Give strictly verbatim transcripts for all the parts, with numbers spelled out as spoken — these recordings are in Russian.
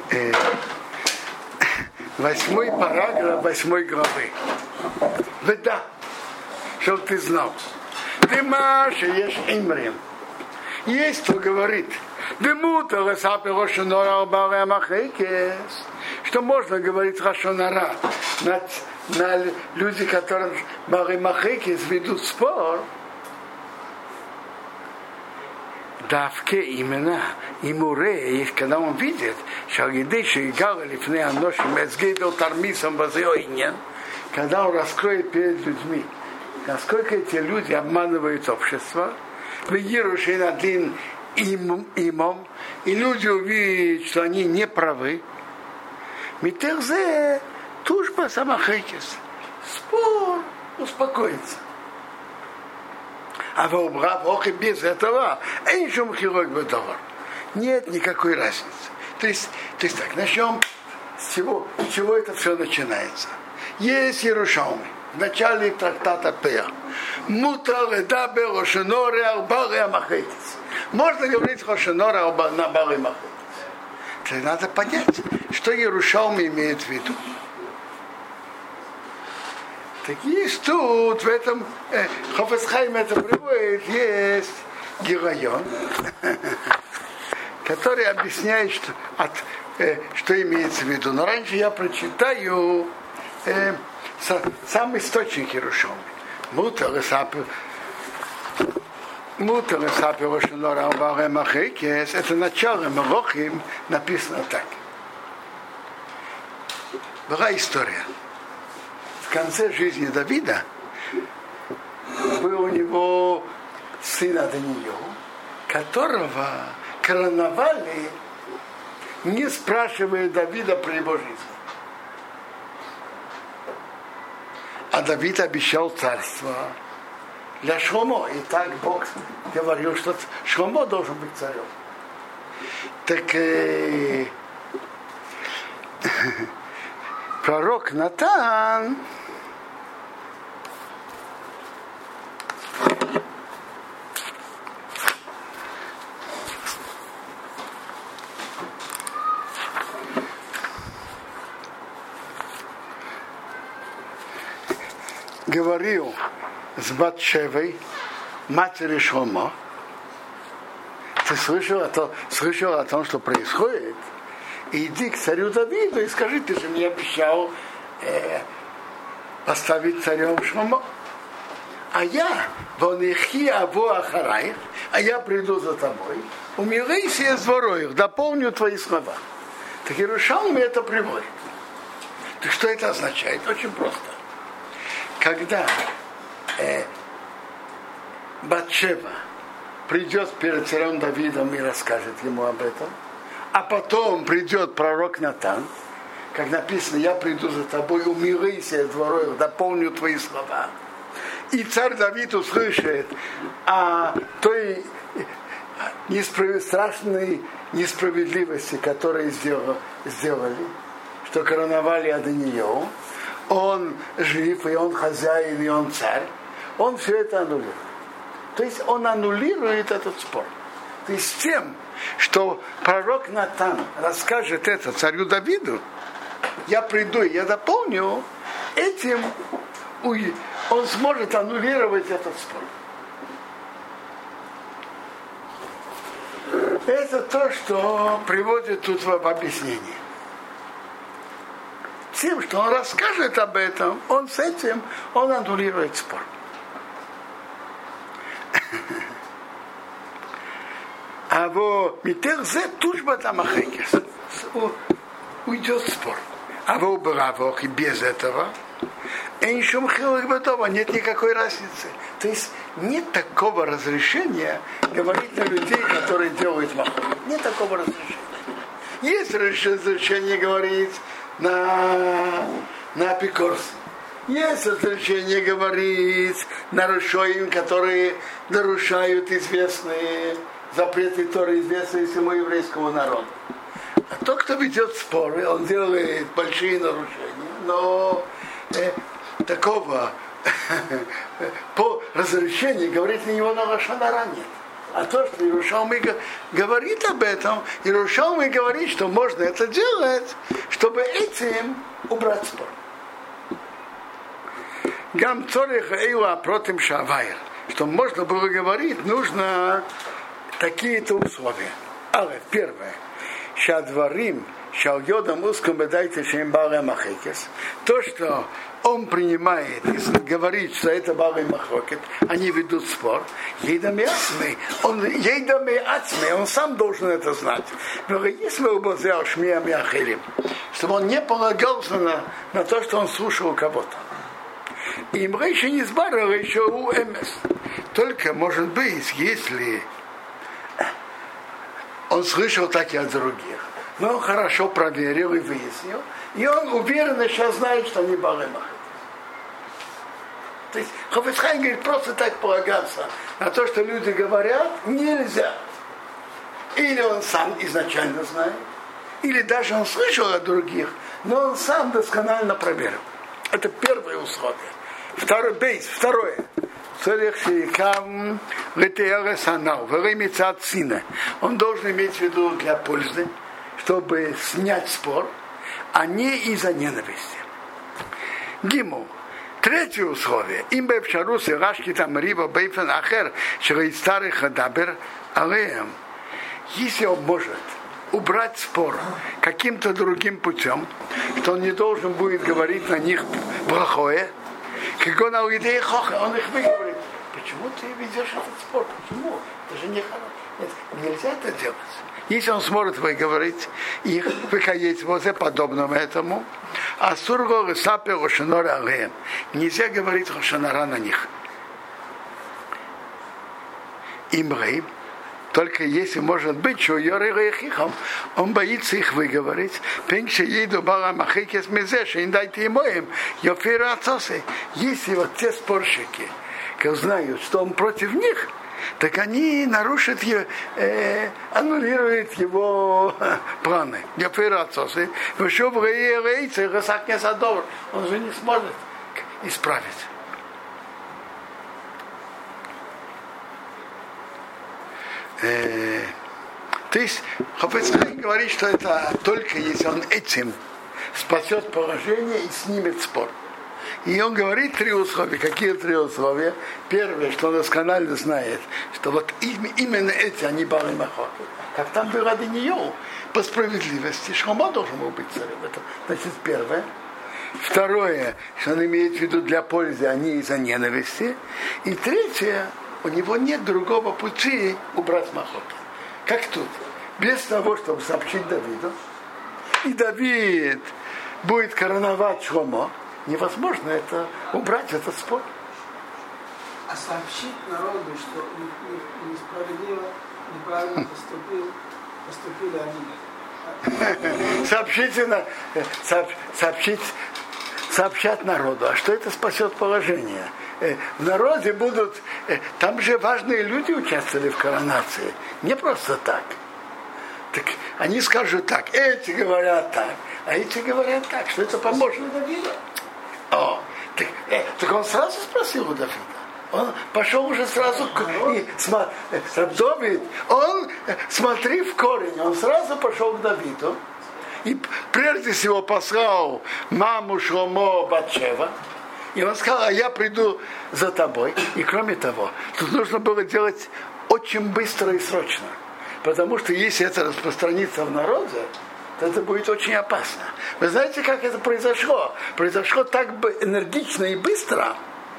э, восьмой параграф восьмой главы. Да, чтобы ты знал. Ты Маша ешь имрим. Есть, кто говорит, что можно говорить Рашонара на, на люди, которые Бары Махекес ведут спор. Давке именно и Муре, когда он видит, что Гидеши и Галалифне Аношим Эцгейдал Тармисом Базеойнен, когда он раскроет перед людьми, насколько эти люди обманывают общество, в Иерушин один им, имом, и люди увидят, что они не правы. Митерзе тужба самахекес. Спор успокоится. А в обрабохе без этого эншум хирург бедовар. Нет никакой разницы. То есть, то есть так, начнем с чего, с чего это все начинается. Есть Иерушалмы. В начале трактата Пеа. Мутар эдабе рошеноре албаре амахетис. Можно говорить рошеноре на баре амахетис. Надо понять, что Иерушалмы имеет в виду. Так есть тут, в этом, э, Хафец Хаим это приводит, есть Герайон, который объясняет, что, от, э, что имеется в виду. Но раньше я прочитаю э, са, сам источник Иерушалмы. Мутар эсапер Мутар эсапер рошенора албаре махекес. Это начало Мелохим написано так. Была история. В конце жизни Давида был у него сын Аданиил, которого короновали, не спрашивая Давида про его жизнь. А Давид обещал царство для Шломо. И так Бог говорил, что Шломо должен быть царем. Так э, пророк Натан говорил с Батшевой, матери Шломо. Ты слышал о том, слышал о том, что происходит? Иди к царю Давиду и скажи, ты же мне обещал э, поставить царем Шломо. А я, вонихи аво ахарай, а я приду за тобой, умилайся из двороих, дополню твои слова. Так Иерушалми это приводит. Так что это означает? Очень просто. Когда э, Батшева придет перед царем Давидом и расскажет ему об этом, а потом придет пророк Натан, как написано, я приду за тобой, умилайся из двороих, дополню твои слова. И царь Давид услышит о той несправ... страшной несправедливости, которую сделали, сделали, что короновали Аданиил. Он жив, и он хозяин, и он царь. Он все это аннулирует. То есть он аннулирует этот спор. То есть тем, что пророк Натан расскажет это царю Давиду, я приду и я дополню, этим он сможет аннулировать этот спор. Это то, что приводит тут в объяснение. Тем, что он расскажет об этом, он с этим, он аннулирует спор. А во митерзе тужба тамахекес. Уйдет спор. А во бравох и без этого эншум хилых бетова, нет никакой разницы. То есть нет такого разрешения говорить на людей, которые делают маху. Нет такого разрешения. Есть разрешение говорить на, на апикорс. Есть разрешение говорить на рушоим, которые нарушают известные запреты Торы, известные всему еврейскому народу. А тот, кто ведет споры, он делает большие нарушения, но э, такого по разрешению говорить на него на лошон ара нет. А то, что Иерушалми говорит об этом, Иерушалми говорит, что можно это делать, чтобы этим убрать спор. Гам цорих эйла против шавайр. Что можно было говорить, нужно такие-то условия. Але, первое. Шадварим, шалйодам узком бедайте шем бале махекес. То, что он принимает и говорит, что это бале махокет, они ведут спор. Ейдами ацмей, он ейдами ацмей, он сам должен это знать. Но если мы убазял шмиями ахилим, чтобы он не полагался на, на то, что он слушал кого-то. И им еще не сбарил еще у МС. Только, может быть, если он слышал так и от других, но он хорошо проверил и выяснил, и он уверенно сейчас знает, что они балемах. То есть Хафец Хаим говорит, просто так полагаться на то, что люди говорят, нельзя. Или он сам изначально знает, или даже он слышал от других, но он сам досконально проверил. Это первое условие. Второй бейс, второе. Он должен иметь в виду для пользы, чтобы снять спор, а не из-за ненависти. Гиму. Третье условие. Им бы пшарус и рашки там рива бейфен ахер, шрей старый хадабер, алеем. Если он может убрать спор каким-то другим путем, что он не должен будет говорить на них плохое, как он он их выговорит. Почему ты ведешь этот спор? Почему? Это же не хорошо. Нельзя это делать. Если он сможет выговорить их, выходить возле подобного этому, а сурго сапе ошенора алеем. Нельзя говорить ошенора на них. Имрей, только если может быть, что Йорихихам, он боится их выговорить. Пеньше еду бала махикес мезеши, им дайте ему им, йофира отцосы. Если вот те спорщики, как знают, что он против них, так они нарушат, э, аннулируют его планы. Йофира отцосы. Вышел в рейце, рысак не задор. Он же не сможет исправить. Э, то есть Хафец Хаим говорит, что это только если он этим спасет положение и снимет спор. И он говорит три условия. Какие три условия? Первое, что он досконально знает, что вот именно эти, они балы махот. Как там было Даниил, по справедливости, Шломо должен был быть царем. Это, значит, первое. Второе, что он имеет в виду для пользы, а не из-за ненависти. И третье, у него нет другого пути убрать махот. Как тут? Без того, чтобы сообщить Давиду. И Давид будет короновать Шломо. Невозможно это убрать этот спор. А сообщить народу, что несправедливо, неправильно поступил, поступили они. Сообщите на, сообщить, сообщать народу. А что это спасет положение? В народе будут, там же важные люди участвовали в коронации. Не просто так. Так они скажут так, эти говорят так, а эти говорят так, что это поможет. О, так, э, так он сразу спросил у Давида. Он пошел уже сразу к и, сма, э, Давид, он, э, смотри в корень, он сразу пошел к Давиду. И прежде всего послал маму Шломо Батшева. И он сказал, а я приду за тобой. И кроме того, тут нужно было делать очень быстро и срочно. Потому что если это распространится в народе, то это будет очень опасно. Вы знаете, как это произошло? Произошло так энергично и быстро,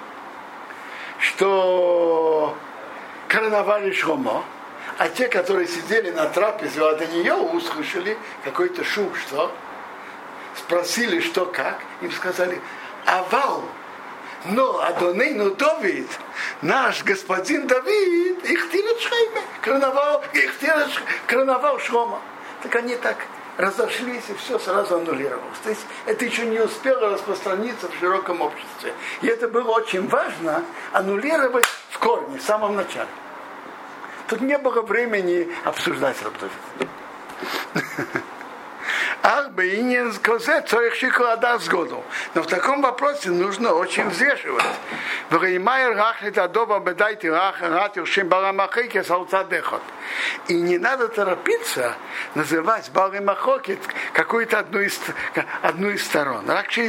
что короновали Шломо, а те, которые сидели на трапезе у нее, услышали какой-то шум, что? Спросили, что как, им сказали, авал, но Адонейну Давид, наш господин Давид, их тирет короновал, их короновал Шломо. Так они так разошлись, и все сразу аннулировалось. То есть это еще не успело распространиться в широком обществе. И это было очень важно, аннулировать в корне, в самом начале. Тут не было времени обсуждать Раб Давид. бейнин козе цорих шиколада сгоду. Но в таком вопросе нужно очень взвешивать. И не надо торопиться называть Бали Махокет какую-то одну из, одну из сторон.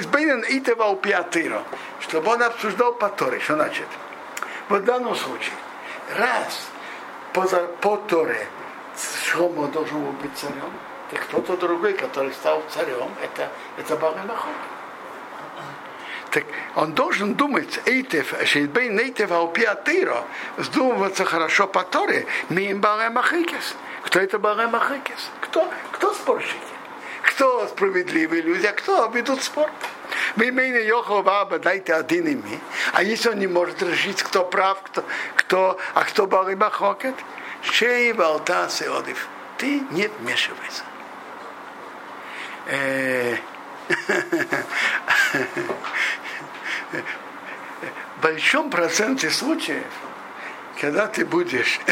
Чтобы он обсуждал по Торе. Что значит? Вот в данном случае, раз по, по Торе Шломо должен был быть царем, так кто-то другой, который стал царем, это, это Бали Махокет. Так он должен думать, эйтев, шейбей нейтев аупиатиро, вздумываться хорошо по Торе, мим Бали Махокет. Кто это Бали Махокет? Кто? Кто спорщики? Кто справедливые люди, а кто ведут спор? Вы имеете Йохова, дайте один ими. А если он не может решить, кто прав, кто, кто, а кто Бали Махокет, шей валта сеодив. Ты не вмешивайся. В большом проценте случаев, когда ты будешь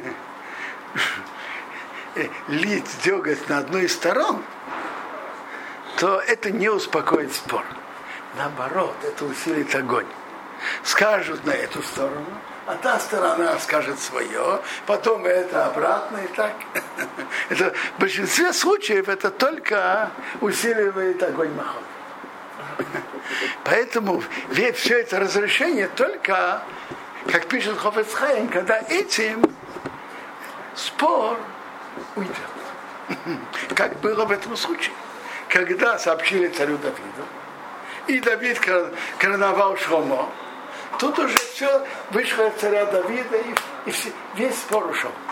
лить деготь на одну из сторон, то это не успокоит спор. Наоборот, это усилит огонь. Скажут на эту сторону, а та сторона скажет свое, потом это обратно и так. Это, в большинстве случаев это только усиливает огонь Махот. Поэтому ведь все это разрешение только, как пишет Хафец Хаим, когда этим спор уйдет. Как было в этом случае. Когда сообщили царю Давиду, и Давид короновал Шломо, тут уже все вышло от царя Давида, и, и все, весь спор ушел.